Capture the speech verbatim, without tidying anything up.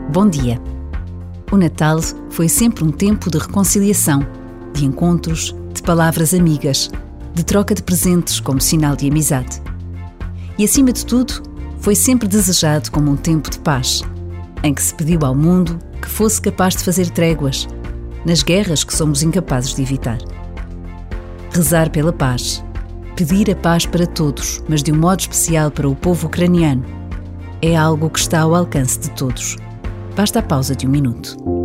Bom dia. O Natal foi sempre um tempo de reconciliação, de encontros, de palavras amigas, de troca de presentes como sinal de amizade. E, acima de tudo, foi sempre desejado como um tempo de paz, em que se pediu ao mundo que fosse capaz de fazer tréguas nas guerras que somos incapazes de evitar. Rezar pela paz, pedir a paz para todos, mas de um modo especial para o povo ucraniano, é algo que está ao alcance de todos. Basta a pausa de um minuto.